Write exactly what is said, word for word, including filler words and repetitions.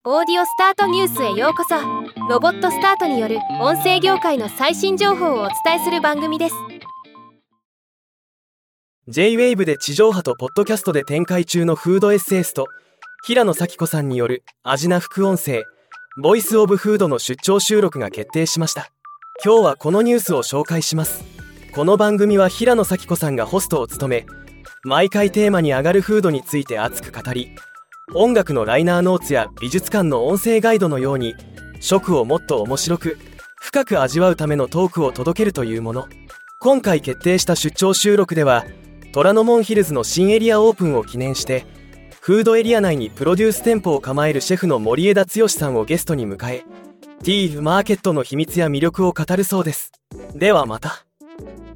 オーディオスタートニュースへようこそ。ロボットスタートによる音声業界の最新情報をお伝えする番組です。 ジェイウェーブ で地上波とポッドキャストで展開中のフードエッセイスト平野咲子さんによる味な副音声ボイスオブフードの出張収録が決定しました。今日はこのニュースを紹介します。この番組は平野咲子さんがホストを務め、毎回テーマに上がるフードについて熱く語り、音楽のライナーノーツや美術館の音声ガイドのように食をもっと面白く深く味わうためのトークを届けるというもの。今回決定した出張収録では、虎ノ門ヒルズの新エリアオープンを記念して、フードエリア内にプロデュース店舗を構えるシェフの森枝剛さんをゲストに迎え、ティーフマーケットの秘密や魅力を語るそうです。ではまた。